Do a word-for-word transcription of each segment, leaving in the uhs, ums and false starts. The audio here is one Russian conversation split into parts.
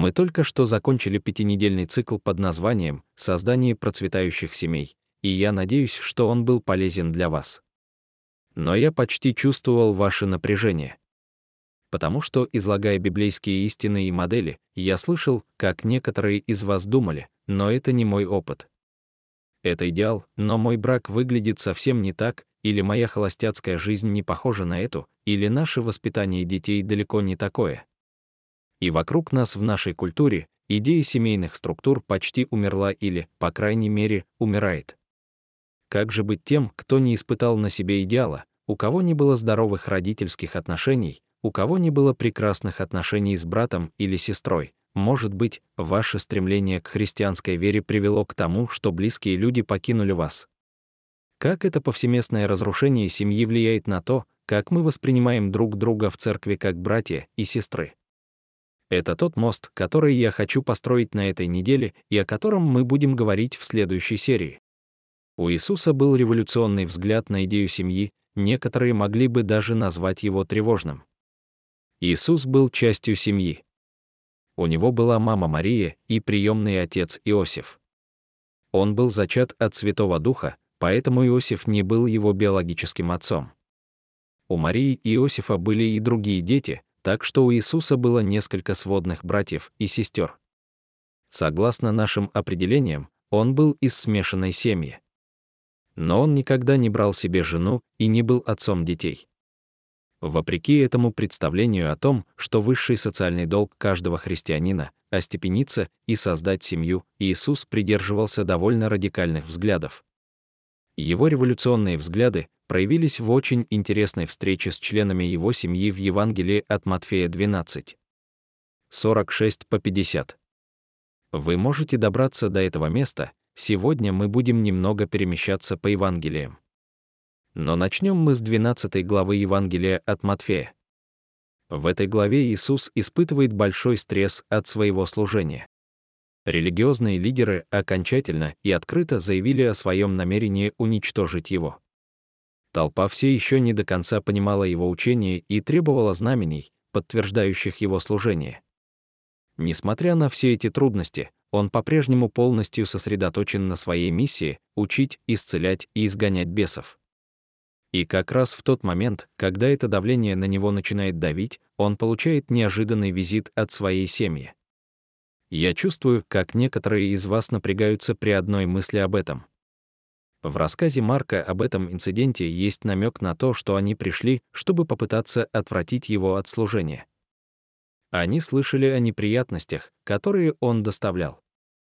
Мы только что закончили пятинедельный цикл под названием «Создание процветающих семей», и я надеюсь, что он был полезен для вас. Но я почти чувствовал ваше напряжение. Потому что, излагая библейские истины и модели, я слышал, как некоторые из вас думали, но это не мой опыт. Это идеал, но мой брак выглядит совсем не так, или моя холостяцкая жизнь не похожа на эту, или наше воспитание детей далеко не такое. И вокруг нас в нашей культуре идея семейных структур почти умерла или, по крайней мере, умирает. Как же быть тем, кто не испытал на себе идеала, у кого не было здоровых родительских отношений, у кого не было прекрасных отношений с братом или сестрой? Может быть, ваше стремление к христианской вере привело к тому, что близкие люди покинули вас? Как это повсеместное разрушение семьи влияет на то, как мы воспринимаем друг друга в церкви как братья и сестры? Это тот мост, который я хочу построить на этой неделе и о котором мы будем говорить в следующей серии. У Иисуса был революционный взгляд на идею семьи, некоторые могли бы даже назвать его тревожным. Иисус был частью семьи. У него была мама Мария и приемный отец Иосиф. Он был зачат от Святого Духа, поэтому Иосиф не был его биологическим отцом. У Марии и Иосифа были и другие дети, так что у Иисуса было несколько сводных братьев и сестер. Согласно нашим определениям, он был из смешанной семьи. Но он никогда не брал себе жену и не был отцом детей. Вопреки этому представлению о том, что высший социальный долг каждого христианина — остепениться и создать семью, Иисус придерживался довольно радикальных взглядов. Его революционные взгляды проявились в очень интересной встрече с членами его семьи в Евангелии от Матфея двенадцать, сорок шесть по пятьдесят. Вы можете добраться до этого места, сегодня мы будем немного перемещаться по Евангелиям. Но начнем мы с двенадцатой главы Евангелия от Матфея. В этой главе Иисус испытывает большой стресс от своего служения. Религиозные лидеры окончательно и открыто заявили о своем намерении уничтожить его. Толпа все еще не до конца понимала его учение и требовала знамений, подтверждающих его служение. Несмотря на все эти трудности, он по-прежнему полностью сосредоточен на своей миссии — учить, исцелять и изгонять бесов. И как раз в тот момент, когда это давление на него начинает давить, он получает неожиданный визит от своей семьи. Я чувствую, как некоторые из вас напрягаются при одной мысли об этом. В рассказе Марка об этом инциденте есть намек на то, что они пришли, чтобы попытаться отвратить его от служения. Они слышали о неприятностях, которые он доставлял.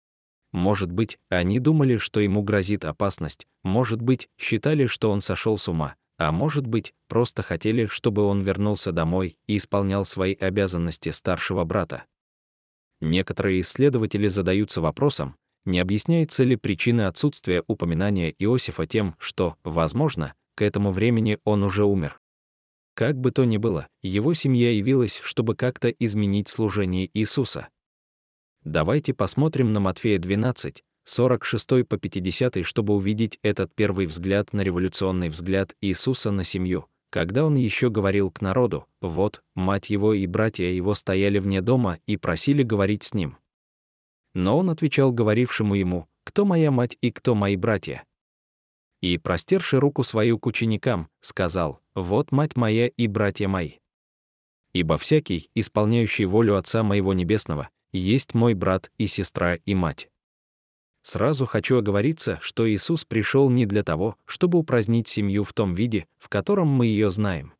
Может быть, они думали, что ему грозит опасность, может быть, считали, что он сошел с ума, а может быть, просто хотели, чтобы он вернулся домой и исполнял свои обязанности старшего брата. Некоторые исследователи задаются вопросом, не объясняется ли причина отсутствия упоминания Иосифа тем, что, возможно, к этому времени он уже умер. Как бы то ни было, его семья явилась, чтобы как-то изменить служение Иисуса. Давайте посмотрим на Матфея двенадцать, сорок шесть по пятьдесят, чтобы увидеть этот первый взгляд на революционный взгляд Иисуса на семью, когда он еще говорил к народу: «Вот, мать его и братья его стояли вне дома и просили говорить с ним». Но он отвечал говорившему ему: «Кто моя мать и кто мои братья?» И, простерши руку свою к ученикам, сказал: «Вот мать моя и братья мои. Ибо всякий, исполняющий волю Отца моего Небесного, есть мой брат и сестра и мать». Сразу хочу оговориться, что Иисус пришел не для того, чтобы упразднить семью в том виде, в котором мы ее знаем.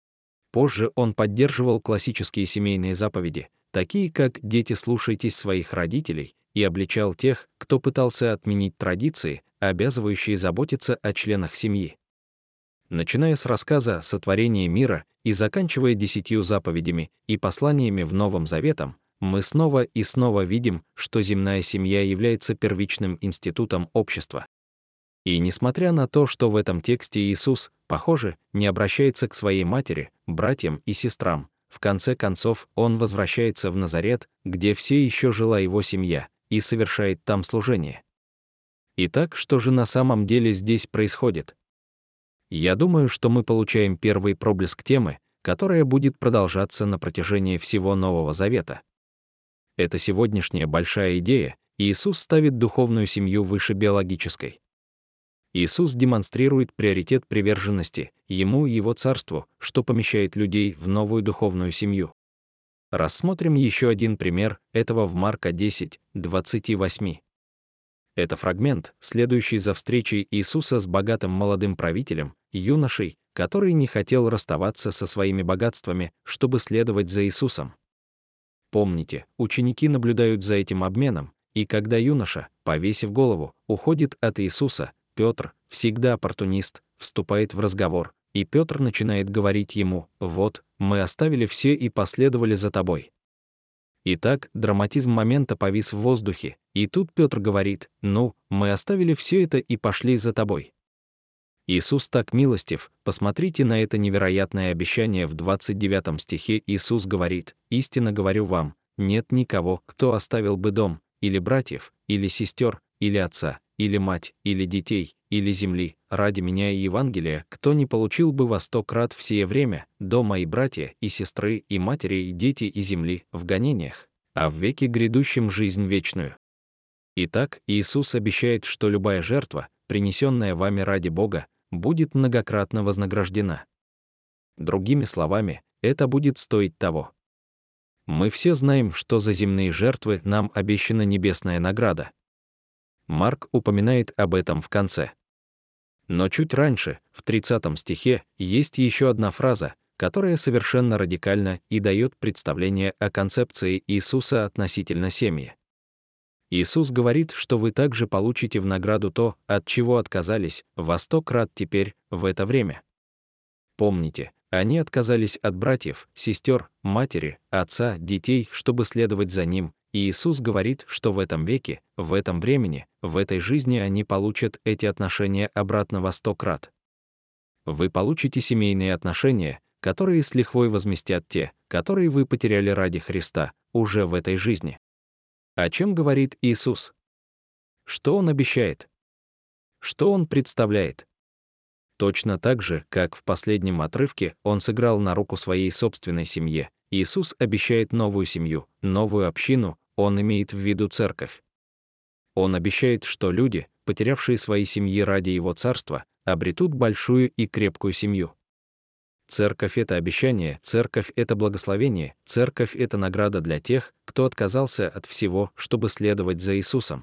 Позже он поддерживал классические семейные заповеди, такие как «дети, слушайтесь своих родителей», и обличал тех, кто пытался отменить традиции, обязывающие заботиться о членах семьи. Начиная с рассказа о сотворении мира и заканчивая десятью заповедями и посланиями в Новом Заветом, мы снова и снова видим, что земная семья является первичным институтом общества. И несмотря на то, что в этом тексте Иисус, похоже, не обращается к своей матери, братьям и сестрам, в конце концов он возвращается в Назарет, где все еще жила его семья, и совершает там служение. Итак, что же на самом деле здесь происходит? Я думаю, что мы получаем первый проблеск темы, которая будет продолжаться на протяжении всего Нового Завета. Это сегодняшняя большая идея, и Иисус ставит духовную семью выше биологической. Иисус демонстрирует приоритет приверженности Ему и Его Царству, что помещает людей в новую духовную семью. Рассмотрим еще один пример этого в Марка десять, двадцать восемь. Это фрагмент, следующий за встречей Иисуса с богатым молодым правителем, юношей, который не хотел расставаться со своими богатствами, чтобы следовать за Иисусом. Помните, ученики наблюдают за этим обменом, и когда юноша, повесив голову, уходит от Иисуса, Петр, всегда оппортунист, вступает в разговор, и Петр начинает говорить ему: «Вот, мы оставили все и последовали за тобой». Итак, драматизм момента повис в воздухе, и тут Петр говорит: «Ну, мы оставили все это и пошли за тобой». Иисус так милостив, посмотрите на это невероятное обещание в двадцать девятом стихе. Иисус говорит: «Истинно говорю вам, нет никого, кто оставил бы дом, или братьев, или сестер, или отца, или мать, или детей, или земли, ради меня и Евангелия, кто не получил бы во сто крат в сие время, дома и братья, и сестры, и матери, и дети, и земли, в гонениях, а в веке грядущем жизнь вечную». Итак, Иисус обещает, что любая жертва, принесенная вами ради Бога, будет многократно вознаграждена. Другими словами, это будет стоить того. Мы все знаем, что за земные жертвы нам обещана небесная награда. Марк упоминает об этом в конце. Но чуть раньше, в тридцатом стихе, есть еще одна фраза, которая совершенно радикальна и дает представление о концепции Иисуса относительно семьи. Иисус говорит, что вы также получите в награду то, от чего отказались, во сто крат теперь, в это время. Помните, они отказались от братьев, сестер, матери, отца, детей, чтобы следовать за Ним, и Иисус говорит, что в этом веке, в этом времени, в этой жизни они получат эти отношения обратно во сто крат. Вы получите семейные отношения, которые с лихвой возместят те, которые вы потеряли ради Христа, уже в этой жизни. О чем говорит Иисус? Что Он обещает? Что Он представляет? Точно так же, как в последнем отрывке Он сыграл на руку своей собственной семье, Иисус обещает новую семью, новую общину, Он имеет в виду церковь. Он обещает, что люди, потерявшие свои семьи ради Его царства, обретут большую и крепкую семью. Церковь — это обещание, церковь — это благословение, церковь — это награда для тех, кто отказался от всего, чтобы следовать за Иисусом.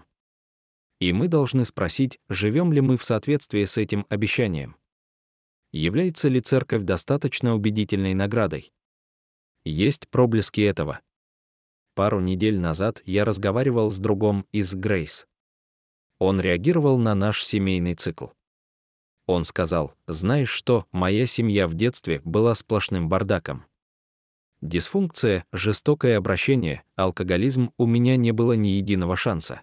И мы должны спросить, живем ли мы в соответствии с этим обещанием. Является ли церковь достаточно убедительной наградой? Есть проблески этого. Пару недель назад я разговаривал с другом из Грейс. Он реагировал на наш семейный цикл. Он сказал: «Знаешь что, моя семья в детстве была сплошным бардаком. Дисфункция, жестокое обращение, алкоголизм, у меня не было ни единого шанса.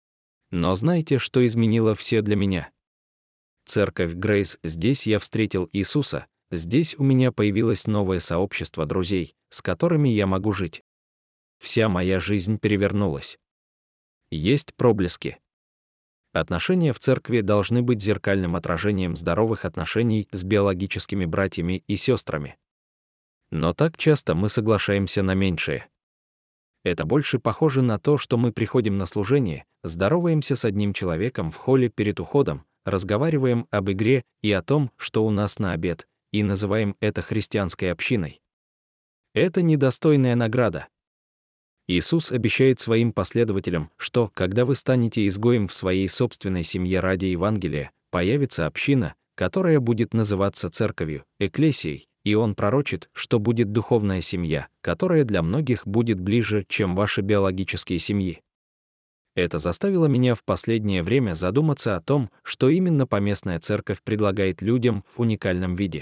Но знаете, что изменило все для меня? Церковь Грейс, здесь я встретил Иисуса, здесь у меня появилось новое сообщество друзей, с которыми я могу жить. Вся моя жизнь перевернулась. Есть проблески. Отношения в церкви должны быть зеркальным отражением здоровых отношений с биологическими братьями и сестрами. Но так часто мы соглашаемся на меньшее. Это больше похоже на то, что мы приходим на служение, здороваемся с одним человеком в холле перед уходом, разговариваем об игре и о том, что у нас на обед, и называем это христианской общиной. Это недостойная награда. Иисус обещает своим последователям, что, когда вы станете изгоем в своей собственной семье ради Евангелия, появится община, которая будет называться церковью, экклесией, и Он пророчит, что будет духовная семья, которая для многих будет ближе, чем ваши биологические семьи. Это заставило меня в последнее время задуматься о том, что именно поместная церковь предлагает людям в уникальном виде.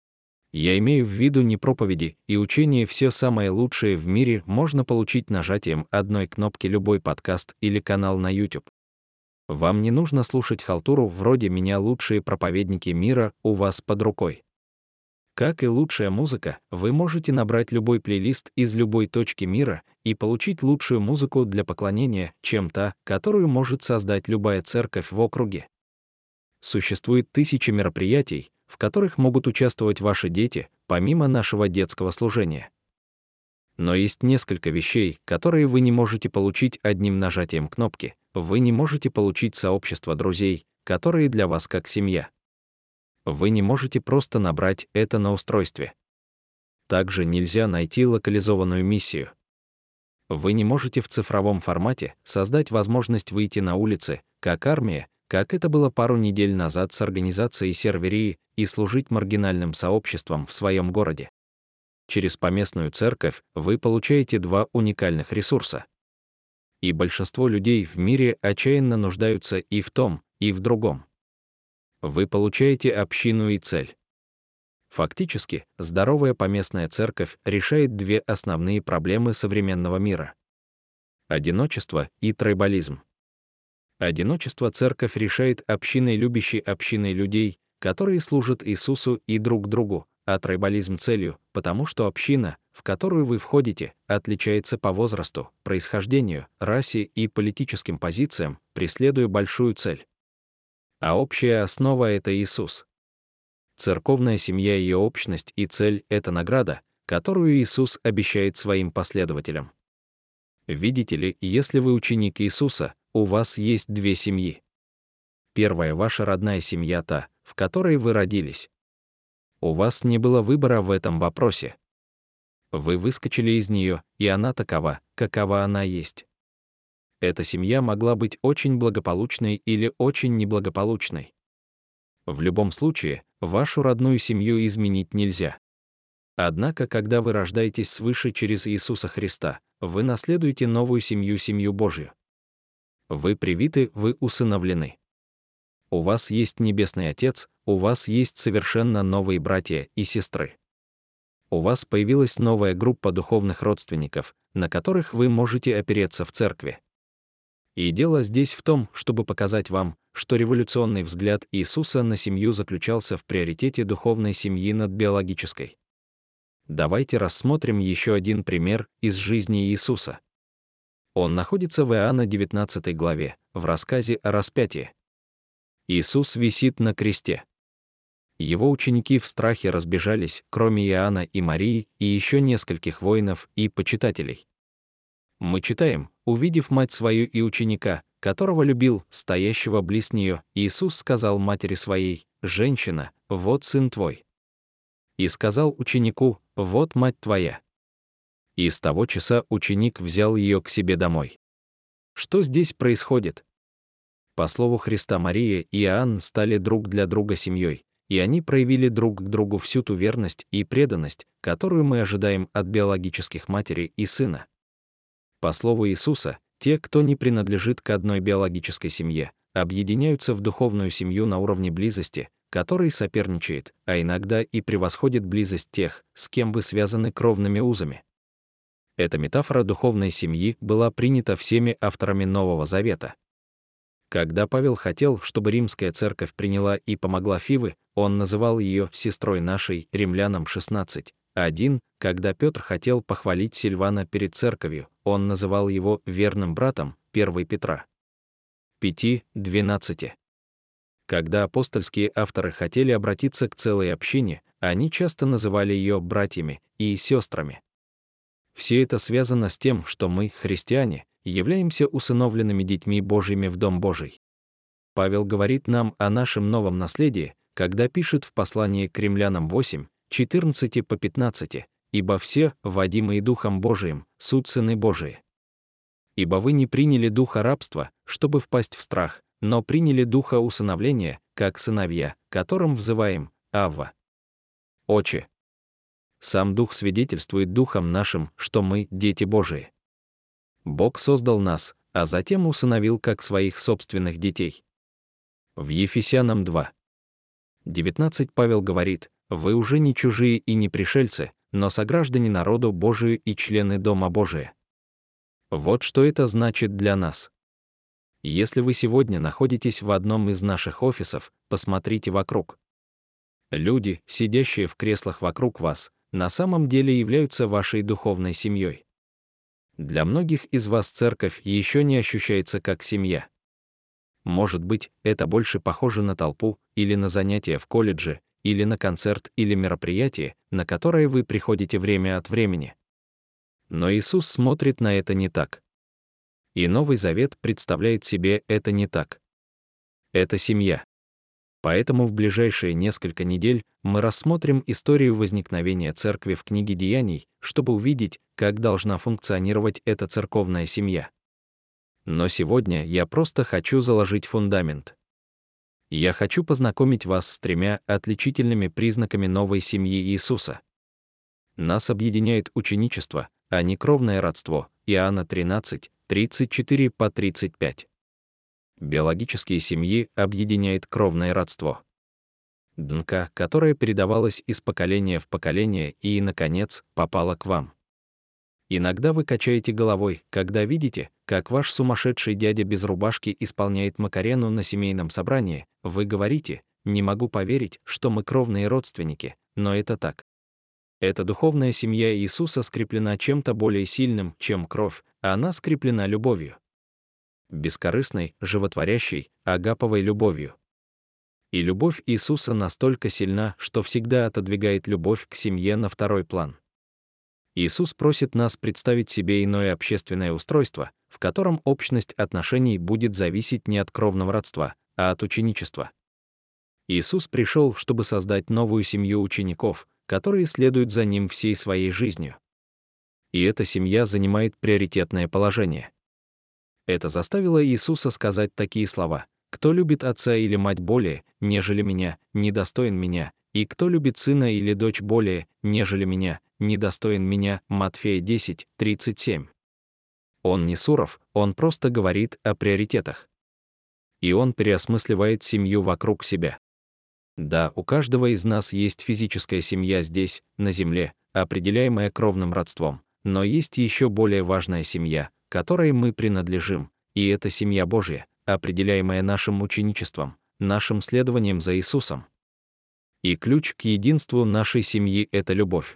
Я имею в виду не проповеди и учение, все самое лучшее в мире можно получить нажатием одной кнопки любой подкаст или канал на YouTube. Вам не нужно слушать халтуру вроде «Меня лучшие проповедники мира у вас под рукой». Как и лучшая музыка, вы можете набрать любой плейлист из любой точки мира и получить лучшую музыку для поклонения, чем та, которую может создать любая церковь в округе. Существует тысячи мероприятий, в которых могут участвовать ваши дети, помимо нашего детского служения. Но есть несколько вещей, которые вы не можете получить одним нажатием кнопки. Вы не можете получить сообщество друзей, которые для вас как семья. Вы не можете просто набрать это на устройстве. Также нельзя найти локализованную миссию. Вы не можете в цифровом формате создать возможность выйти на улицы, как армия, как это было пару недель назад с организацией Серверии, и служить маргинальным сообществом в своем городе. Через поместную церковь вы получаете два уникальных ресурса. И большинство людей в мире отчаянно нуждаются и в том, и в другом. Вы получаете общину и цель. Фактически, здоровая поместная церковь решает две основные проблемы современного мира: одиночество и трайбализм. Одиночество церковь решает общиной любящей общиной людей, которые служат Иисусу и друг другу, а трайбализм целью, потому что община, в которую вы входите, отличается по возрасту, происхождению, расе и политическим позициям, преследуя большую цель. А общая основа — это Иисус. Церковная семья, ее общность и цель — это награда, которую Иисус обещает своим последователям. Видите ли, если вы ученик Иисуса, у вас есть две семьи. Первая — ваша родная семья, та, в которой вы родились. У вас не было выбора в этом вопросе. Вы выскочили из нее, и она такова, какова она есть. Эта семья могла быть очень благополучной или очень неблагополучной. В любом случае, вашу родную семью изменить нельзя. Однако, когда вы рождаетесь свыше через Иисуса Христа, вы наследуете новую семью, семью Божью. Вы привиты, вы усыновлены. У вас есть Небесный Отец, у вас есть совершенно новые братья и сестры. У вас появилась новая группа духовных родственников, на которых вы можете опереться в церкви. И дело здесь в том, чтобы показать вам, что революционный взгляд Иисуса на семью заключался в приоритете духовной семьи над биологической. Давайте рассмотрим еще один пример из жизни Иисуса. Он находится в Иоанна девятнадцатой главе, в рассказе о распятии. Иисус висит на кресте. Его ученики в страхе разбежались, кроме Иоанна и Марии, и еще нескольких воинов и почитателей. Мы читаем: увидев мать свою и ученика, которого любил, стоящего близ нее, Иисус сказал матери своей: «Женщина, вот сын твой». И сказал ученику: «Вот мать твоя». И с того часа ученик взял ее к себе домой. Что здесь происходит? По слову Христа, Мария и Иоанн стали друг для друга семьей, и они проявили друг к другу всю ту верность и преданность, которую мы ожидаем от биологических матери и сына. По слову Иисуса, те, кто не принадлежит к одной биологической семье, объединяются в духовную семью на уровне близости, который соперничает, а иногда и превосходит близость тех, с кем вы связаны кровными узами. Эта метафора духовной семьи была принята всеми авторами Нового Завета. Когда Павел хотел, чтобы римская церковь приняла и помогла Фивы, он называл ее «сестрой нашей», Римлянам шестнадцать один. Когда Петр хотел похвалить Сильвана перед церковью, он называл его верным братом, первое Петра пять двенадцать. Когда апостольские авторы хотели обратиться к целой общине, они часто называли ее братьями и сестрами. Все это связано с тем, что мы, христиане, являемся усыновленными детьми Божьими в Дом Божий. Павел говорит нам о нашем новом наследии, когда пишет в послании к Римлянам восемь четырнадцать по пятнадцать: «Ибо все, водимые Духом Божиим, суть сыны Божии. Ибо вы не приняли духа рабства, чтобы впасть в страх, но приняли духа усыновления, как сыновья, которым взываем: Авва, Отче». Сам Дух свидетельствует духом нашим, что мы — дети Божии. Бог создал нас, а затем усыновил как своих собственных детей. В Ефесянам два девятнадцать Павел говорит: «Вы уже не чужие и не пришельцы, но сограждане народу Божию и члены Дома Божия». Вот что это значит для нас. Если вы сегодня находитесь в одном из наших офисов, посмотрите вокруг. Люди, сидящие в креслах вокруг вас, на самом деле являются вашей духовной семьей. Для многих из вас церковь еще не ощущается как семья. Может быть, это больше похоже на толпу, или на занятия в колледже, или на концерт или мероприятие, на которое вы приходите время от времени. Но Иисус смотрит на это не так. И Новый Завет представляет себе это не так. Это семья. Поэтому в ближайшие несколько недель мы рассмотрим историю возникновения церкви в книге Деяний, чтобы увидеть, как должна функционировать эта церковная семья. Но сегодня я просто хочу заложить фундамент. Я хочу познакомить вас с тремя отличительными признаками новой семьи Иисуса. Нас объединяет ученичество, а не кровное родство. Иоанна тринадцать, тридцать четыре по тридцать пять. Биологические семьи объединяет кровное родство. ДНК, которая передавалась из поколения в поколение и, наконец, попала к вам. Иногда вы качаете головой, когда видите, как ваш сумасшедший дядя без рубашки исполняет Макарену на семейном собрании. Вы говорите: «Не могу поверить, что мы кровные родственники», но это так. Эта духовная семья Иисуса скреплена чем-то более сильным, чем кровь, а она скреплена любовью. Бескорыстной, животворящей, агаповой любовью. И любовь Иисуса настолько сильна, что всегда отодвигает любовь к семье на второй план. Иисус просит нас представить себе иное общественное устройство, в котором общность отношений будет зависеть не от кровного родства, а от ученичества. Иисус пришел, чтобы создать новую семью учеников, которые следуют за Ним всей своей жизнью. И эта семья занимает приоритетное положение. Это заставило Иисуса сказать такие слова: «Кто любит отца или мать более, нежели меня, недостоин меня, и кто любит сына или дочь более, нежели меня, недостоин меня». Матфея десять, тридцать семь. Он не Суров, он просто говорит о приоритетах. И он переосмысливает семью вокруг себя. Да, у каждого из нас есть физическая семья здесь, на земле, определяемая кровным родством, но есть еще более важная семья, которой мы принадлежим, и это семья Божья, определяемая нашим ученичеством, нашим следованием за Иисусом. И ключ к единству нашей семьи — это любовь.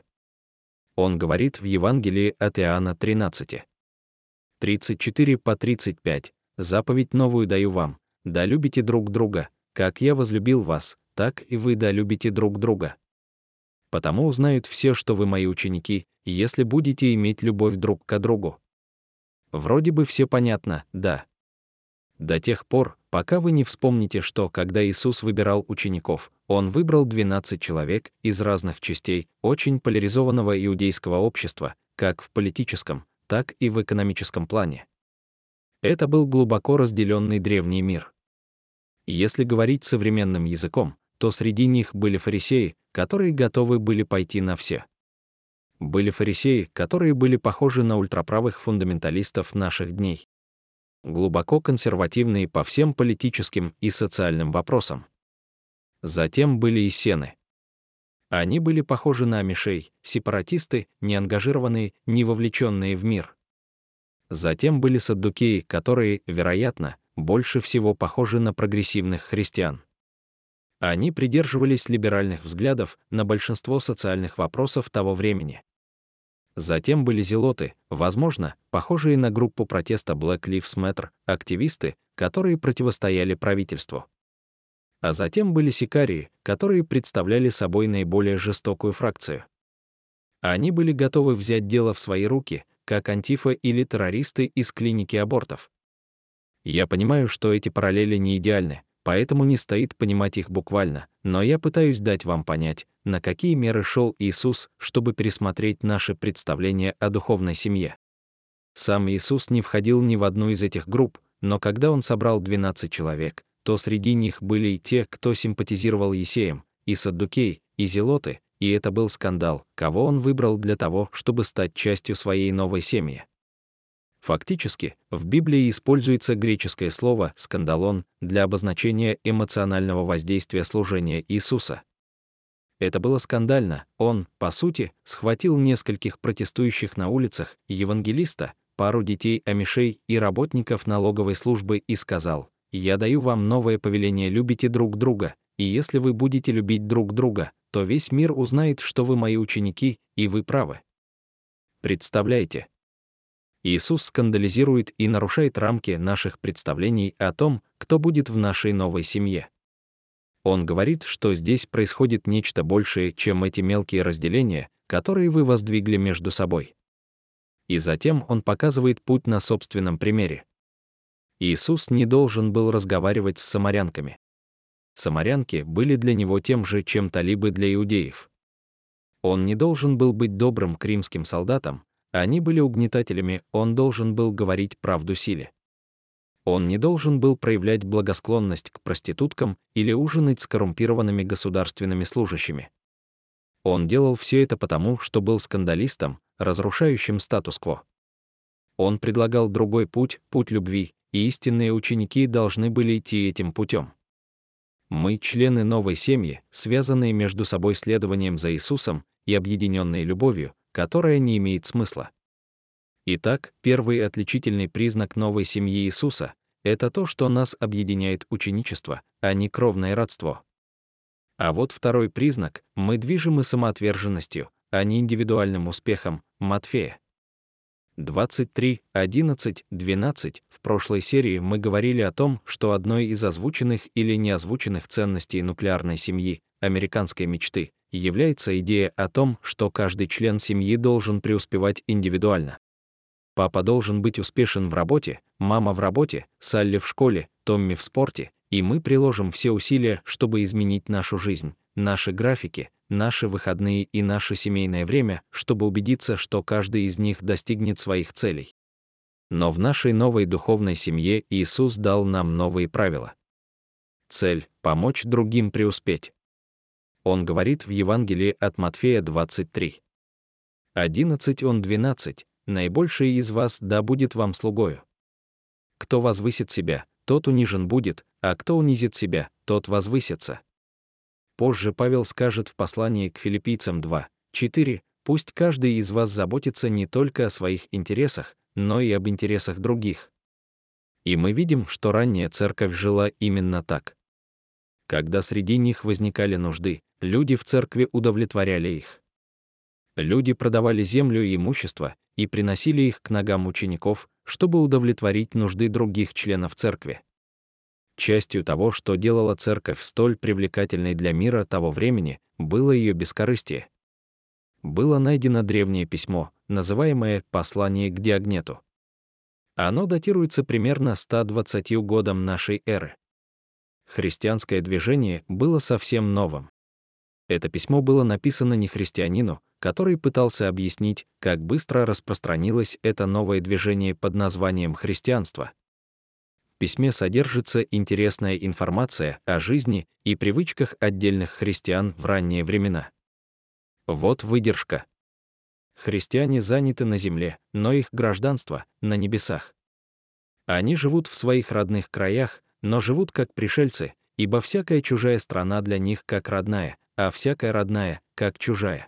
Он говорит в Евангелии от Иоанна тринадцать, тридцать четыре по тридцать пять: «Заповедь новую даю вам, да любите друг друга, как я возлюбил вас, так и вы да любите друг друга. Потому узнают все, что вы мои ученики, если будете иметь любовь друг к другу». Вроде бы все понятно, да. До тех пор, пока вы не вспомните, что, когда Иисус выбирал учеников, Он выбрал двенадцать человек из разных частей очень поляризованного иудейского общества, как в политическом, так и в экономическом плане. Это был глубоко разделенный древний мир. Если говорить современным языком, то среди них были фарисеи, которые готовы были пойти на все. Были фарисеи, которые были похожи на ультраправых фундаменталистов наших дней. Глубоко консервативные по всем политическим и социальным вопросам. Затем были эссены. Они были похожи на амишей, сепаратисты, неангажированные, не вовлеченные в мир. Затем были саддукеи, которые, вероятно, больше всего похожи на прогрессивных христиан. Они придерживались либеральных взглядов на большинство социальных вопросов того времени. Затем были зелоты, возможно, похожие на группу протеста Black Lives Matter, активисты, которые противостояли правительству. А затем были сикарии, которые представляли собой наиболее жестокую фракцию. Они были готовы взять дело в свои руки, как антифа или террористы из клиники абортов. Я понимаю, что эти параллели не идеальны, поэтому не стоит понимать их буквально, но я пытаюсь дать вам понять, на какие меры шел Иисус, чтобы пересмотреть наше представление о духовной семье. Сам Иисус не входил ни в одну из этих групп, но когда Он собрал двенадцать человек, то среди них были и те, кто симпатизировал Есеям, и саддукеи, и зелоты, и это был скандал, кого Он выбрал для того, чтобы стать частью своей новой семьи. Фактически, в Библии используется греческое слово «скандалон» для обозначения эмоционального воздействия служения Иисуса. Это было скандально. Он, по сути, схватил нескольких протестующих на улицах, евангелиста, пару детей амишей и работников налоговой службы и сказал: «Я даю вам новое повеление: любите друг друга, и если вы будете любить друг друга, то весь мир узнает, что вы мои ученики, и вы правы». Представляете? Иисус скандализирует и нарушает рамки наших представлений о том, кто будет в нашей новой семье. Он говорит, что здесь происходит нечто большее, чем эти мелкие разделения, которые вы воздвигли между собой. И затем он показывает путь на собственном примере. Иисус не должен был разговаривать с самарянками. Самарянки были для него тем же, чем талибы для иудеев. Он не должен был быть добрым к римским солдатам, они были угнетателями, он должен был говорить правду силе. Он не должен был проявлять благосклонность к проституткам или ужинать с коррумпированными государственными служащими. Он делал все это потому, что был скандалистом, разрушающим статус-кво. Он предлагал другой путь, путь любви, и истинные ученики должны были идти этим путем. Мы, члены новой семьи, связанные между собой следованием за Иисусом и объединенные любовью, которая не имеет смысла. Итак, первый отличительный признак новой семьи Иисуса — это то, что нас объединяет ученичество, а не кровное родство. А вот второй признак — мы движимы самоотверженностью, а не индивидуальным успехом, Матфея. двадцать три, одиннадцать, двенадцать. В прошлой серии мы говорили о том, что одной из озвученных или неозвученных ценностей нуклеарной семьи, американской мечты, является идея о том, что каждый член семьи должен преуспевать индивидуально. Папа должен быть успешен в работе, мама в работе, Салли в школе, Томми в спорте, и мы приложим все усилия, чтобы изменить нашу жизнь, наши графики, наши выходные и наше семейное время, чтобы убедиться, что каждый из них достигнет своих целей. Но в нашей новой духовной семье Иисус дал нам новые правила. Цель — помочь другим преуспеть. Он говорит в Евангелии от Матфея двадцать три. одиннадцать он двенадцать. Наибольший из вас да будет вам слугою. Кто возвысит себя, тот унижен будет, а кто унизит себя, тот возвысится. Позже Павел скажет в послании к Филиппийцам два, четыре, пусть каждый из вас заботится не только о своих интересах, но и об интересах других. И мы видим, что ранняя церковь жила именно так. Когда среди них возникали нужды, люди в церкви удовлетворяли их. Люди продавали землю и имущество и приносили их к ногам учеников, чтобы удовлетворить нужды других членов церкви. Частью того, что делала церковь столь привлекательной для мира того времени, было ее бескорыстие. Было найдено древнее письмо, называемое «Послание к Диогнету». Оно датируется примерно ста двадцатью годом нашей эры. Христианское движение было совсем новым. Это письмо было написано не христианину, который пытался объяснить, как быстро распространилось это новое движение под названием христианство. В письме содержится интересная информация о жизни и привычках отдельных христиан в ранние времена. Вот выдержка. Христиане заняты на земле, но их гражданство — на небесах. Они живут в своих родных краях, но живут как пришельцы, ибо всякая чужая страна для них как родная, а всякая родная — как чужая.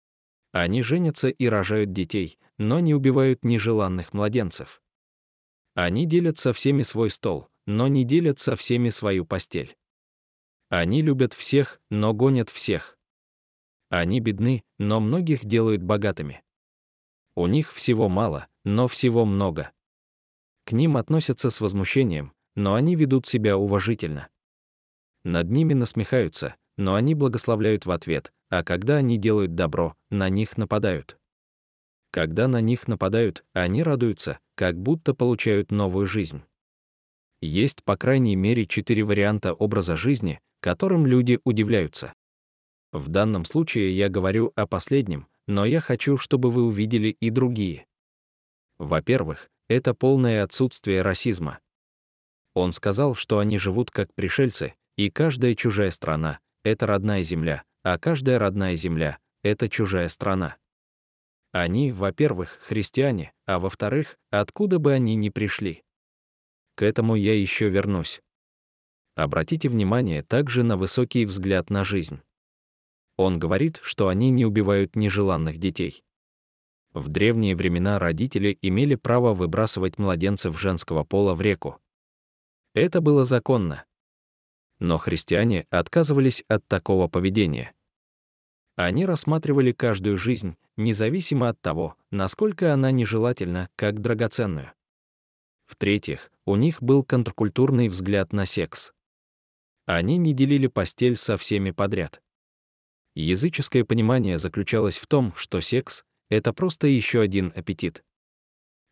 Они женятся и рожают детей, но не убивают нежеланных младенцев. Они делят со всеми свой стол, но не делят со всеми свою постель. Они любят всех, но гонят всех. Они бедны, но многих делают богатыми. У них всего мало, но всего много. К ним относятся с возмущением, но они ведут себя уважительно. Над ними насмехаются, но они благословляют в ответ, а когда они делают добро, на них нападают. Когда на них нападают, они радуются, как будто получают новую жизнь. Есть по крайней мере четыре варианта образа жизни, которым люди удивляются. В данном случае я говорю о последнем, но я хочу, чтобы вы увидели и другие. Во-первых, это полное отсутствие расизма. Он сказал, что они живут как пришельцы, и каждая чужая страна — это родная земля, а каждая родная земля — это чужая страна. Они, во-первых, христиане, а во-вторых, откуда бы они ни пришли. К этому я еще вернусь. Обратите внимание также на высокий взгляд на жизнь. Он говорит, что они не убивают нежеланных детей. В древние времена родители имели право выбрасывать младенцев женского пола в реку. Это было законно. Но христиане отказывались от такого поведения. Они рассматривали каждую жизнь, независимо от того, насколько она нежелательна, как драгоценную. В-третьих, у них был контркультурный взгляд на секс. Они не делили постель со всеми подряд. Языческое понимание заключалось в том, что секс — это просто еще один аппетит.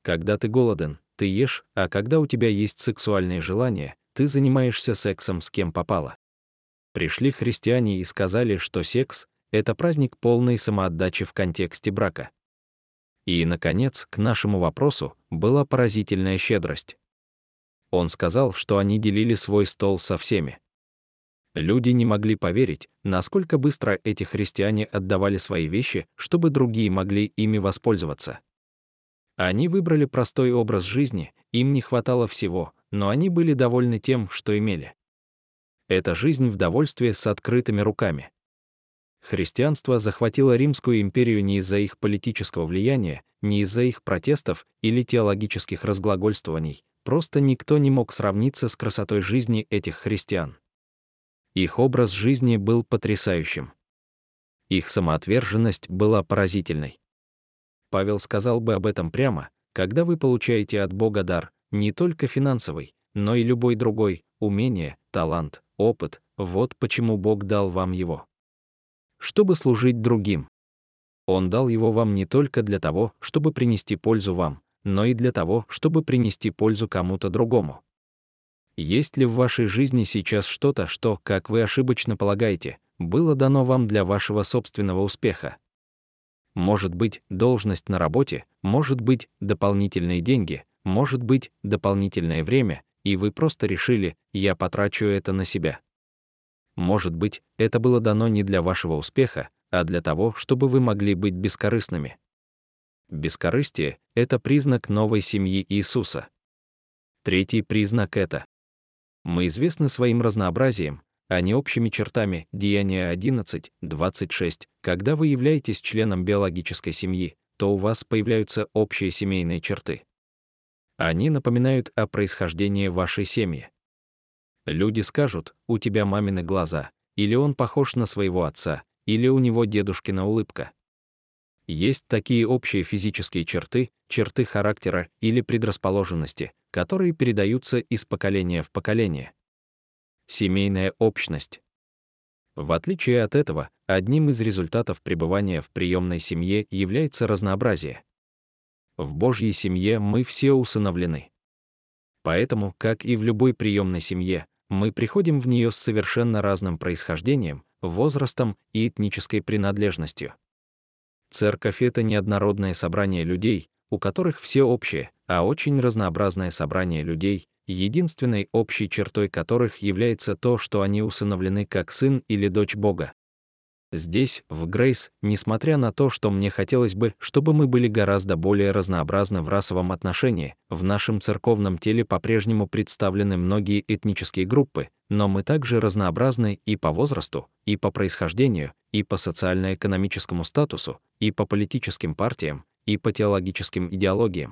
Когда ты голоден, ты ешь, а когда у тебя есть сексуальные желания, ты занимаешься сексом с кем попало. Пришли христиане и сказали, что секс — это праздник полной самоотдачи в контексте брака. И, наконец, к нашему вопросу была поразительная щедрость. Он сказал, что они делили свой стол со всеми. Люди не могли поверить, насколько быстро эти христиане отдавали свои вещи, чтобы другие могли ими воспользоваться. Они выбрали простой образ жизни, им не хватало всего, но они были довольны тем, что имели. Это жизнь в довольстве с открытыми руками. Христианство захватило Римскую империю не из-за их политического влияния, не из-за их протестов или теологических разглагольствований, просто никто не мог сравниться с красотой жизни этих христиан. Их образ жизни был потрясающим. Их самоотверженность была поразительной. Павел сказал бы об этом прямо: когда вы получаете от Бога дар, не только финансовый, но и любой другой, умение, талант, опыт, вот почему Бог дал вам его. Чтобы служить другим. Он дал его вам не только для того, чтобы принести пользу вам, но и для того, чтобы принести пользу кому-то другому. Есть ли в вашей жизни сейчас что-то, что, как вы ошибочно полагаете, было дано вам для вашего собственного успеха? Может быть, должность на работе, может быть, дополнительные деньги, может быть, дополнительное время, и вы просто решили: я потрачу это на себя. Может быть, это было дано не для вашего успеха, а для того, чтобы вы могли быть бескорыстными. Бескорыстие — это признак новой семьи Иисуса. Третий признак — это: мы известны своим разнообразием, а не общими чертами. Деяния одиннадцать, двадцать шесть. Когда вы являетесь членом биологической семьи, то у вас появляются общие семейные черты. Они напоминают о происхождении вашей семьи. Люди скажут: у тебя мамины глаза, или он похож на своего отца, или у него дедушкина улыбка. Есть такие общие физические черты, черты характера или предрасположенности, которые передаются из поколения в поколение. Семейная общность. В отличие от этого, одним из результатов пребывания в приемной семье является разнообразие. В Божьей семье мы все усыновлены. Поэтому, как и в любой приемной семье, мы приходим в нее с совершенно разным происхождением, возрастом и этнической принадлежностью. Церковь — это неоднородное собрание людей, у которых все общее, а очень разнообразное собрание людей, единственной общей чертой которых является то, что они усыновлены как сын или дочь Бога. Здесь, в Грейс, несмотря на то, что мне хотелось бы, чтобы мы были гораздо более разнообразны в расовом отношении, в нашем церковном теле по-прежнему представлены многие этнические группы, но мы также разнообразны и по возрасту, и по происхождению, и по социально-экономическому статусу, и по политическим партиям, и по теологическим идеологиям.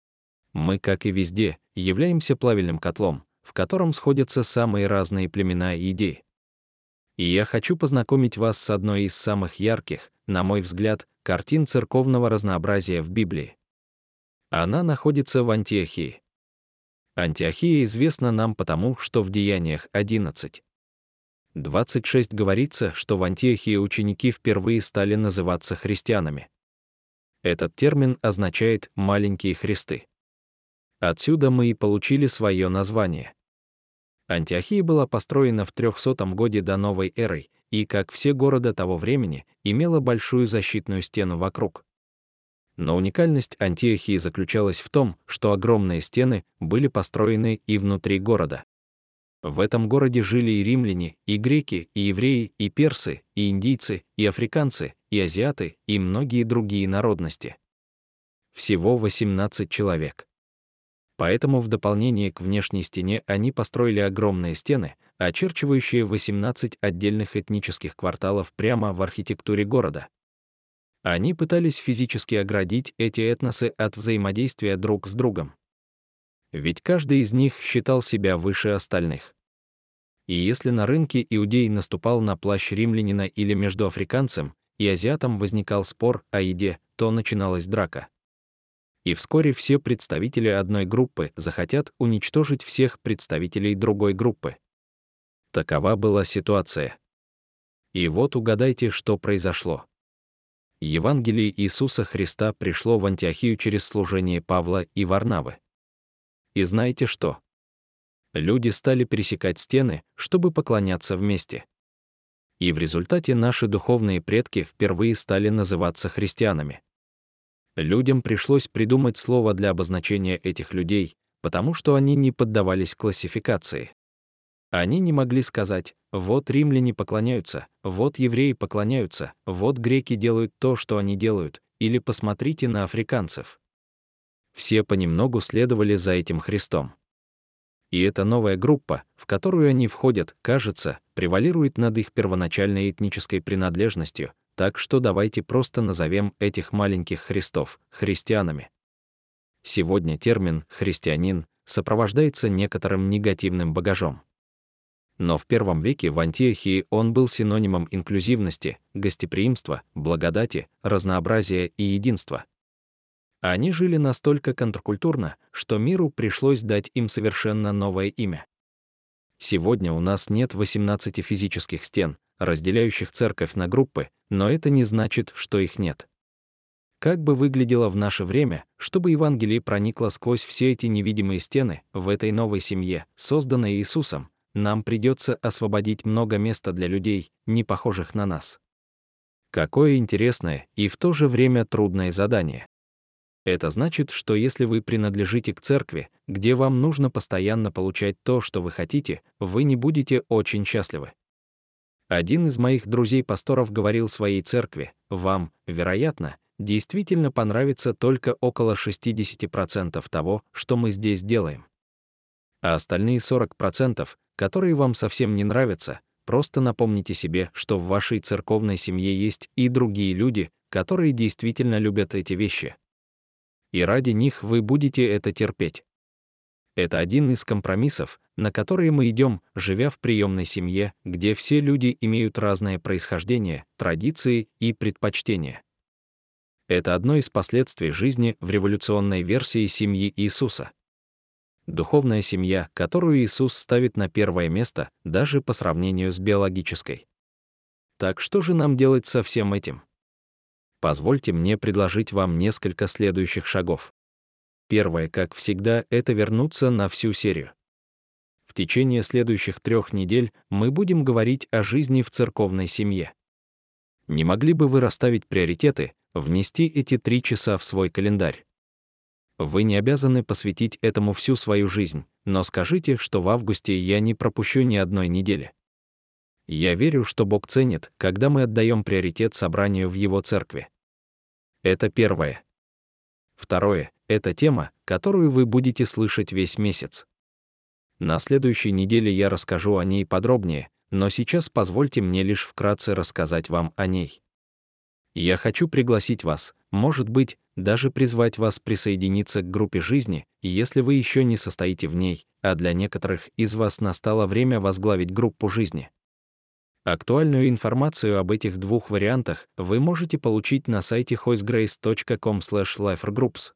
Мы, как и везде, являемся плавильным котлом, в котором сходятся самые разные племена и идеи. И я хочу познакомить вас с одной из самых ярких, на мой взгляд, картин церковного разнообразия в Библии. Она находится в Антиохии. Антиохия известна нам потому, что в Деяниях одиннадцать двадцать шесть говорится, что в Антиохии ученики впервые стали называться христианами. Этот термин означает «маленькие христы». Отсюда мы и получили свое название. Антиохия была построена в трехсотом годе до новой эры и, как все города того времени, имела большую защитную стену вокруг. Но уникальность Антиохии заключалась в том, что огромные стены были построены и внутри города. В этом городе жили и римляне, и греки, и евреи, и персы, и индийцы, и африканцы, и азиаты, и многие другие народности. Всего восемнадцать человек. Поэтому в дополнение к внешней стене они построили огромные стены, очерчивающие восемнадцать отдельных этнических кварталов прямо в архитектуре города. Они пытались физически оградить эти этносы от взаимодействия друг с другом. Ведь каждый из них считал себя выше остальных. И если на рынке иудей наступал на плащ римлянина или между африканцем и азиатом возникал спор о еде, то начиналась драка. И вскоре все представители одной группы захотят уничтожить всех представителей другой группы. Такова была ситуация. И вот угадайте, что произошло. Евангелие Иисуса Христа пришло в Антиохию через служение Павла и Варнавы. И знаете что? Люди стали пересекать стены, чтобы поклоняться вместе. И в результате наши духовные предки впервые стали называться христианами. Людям пришлось придумать слово для обозначения этих людей, потому что они не поддавались классификации. Они не могли сказать: вот римляне поклоняются, вот евреи поклоняются, вот греки делают то, что они делают, или посмотрите на африканцев. Все понемногу следовали за этим Христом. И эта новая группа, в которую они входят, кажется, превалирует над их первоначальной этнической принадлежностью, так что давайте просто назовем этих маленьких Христов христианами. Сегодня термин «христианин» сопровождается некоторым негативным багажом. Но в первом веке в Антиохии он был синонимом инклюзивности, гостеприимства, благодати, разнообразия и единства. Они жили настолько контркультурно, что миру пришлось дать им совершенно новое имя. Сегодня у нас нет восемнадцати физических стен, разделяющих церковь на группы, но это не значит, что их нет. Как бы выглядело в наше время, чтобы Евангелие проникло сквозь все эти невидимые стены в этой новой семье, созданной Иисусом, нам придется освободить много места для людей, не похожих на нас. Какое интересное и в то же время трудное задание. Это значит, что если вы принадлежите к церкви, где вам нужно постоянно получать то, что вы хотите, вы не будете очень счастливы. Один из моих друзей-пасторов говорил своей церкви: вам, вероятно, действительно понравится только около шестидесяти процентов того, что мы здесь делаем. А остальные сорок процентов, которые вам совсем не нравятся, просто напомните себе, что в вашей церковной семье есть и другие люди, которые действительно любят эти вещи. И ради них вы будете это терпеть. Это один из компромиссов, на которые мы идем, живя в приемной семье, где все люди имеют разное происхождение, традиции и предпочтения. Это одно из последствий жизни в революционной версии семьи Иисуса. Духовная семья, которую Иисус ставит на первое место, даже по сравнению с биологической. Так что же нам делать со всем этим? Позвольте мне предложить вам несколько следующих шагов. Первое, как всегда, это вернуться на всю серию. В течение следующих трех недель мы будем говорить о жизни в церковной семье. Не могли бы вы расставить приоритеты, внести эти три часа в свой календарь? Вы не обязаны посвятить этому всю свою жизнь, но скажите, что в августе я не пропущу ни одной недели. Я верю, что Бог ценит, когда мы отдаем приоритет собранию в Его церкви. Это первое. Второе — это тема, которую вы будете слышать весь месяц. На следующей неделе я расскажу о ней подробнее, но сейчас позвольте мне лишь вкратце рассказать вам о ней. Я хочу пригласить вас, может быть, даже призвать вас присоединиться к группе жизни, если вы еще не состоите в ней, а для некоторых из вас настало время возглавить группу жизни. Актуальную информацию об этих двух вариантах вы можете получить на сайте хойсгрейс точка ком слэш лайфгруппс.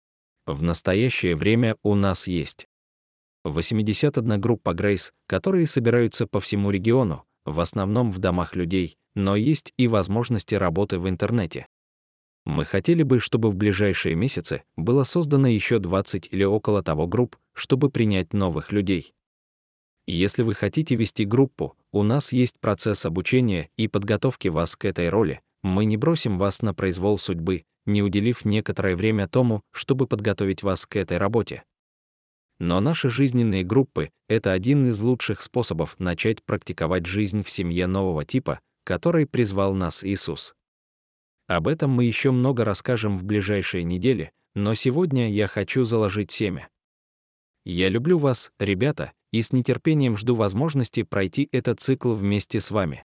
В настоящее время у нас есть восемьдесят одна группа Grace, которые собираются по всему региону, в основном в домах людей, но есть и возможности работы в интернете. Мы хотели бы, чтобы в ближайшие месяцы было создано еще двадцать или около того групп, чтобы принять новых людей. Если вы хотите вести группу, у нас есть процесс обучения и подготовки вас к этой роли. Мы не бросим вас на произвол судьбы, не уделив некоторое время тому, чтобы подготовить вас к этой работе. Но наши жизненные группы — это один из лучших способов начать практиковать жизнь в семье нового типа, который призвал нас Иисус. Об этом мы еще много расскажем в ближайшие недели, но сегодня я хочу заложить семя. Я люблю вас, ребята, и с нетерпением жду возможности пройти этот цикл вместе с вами.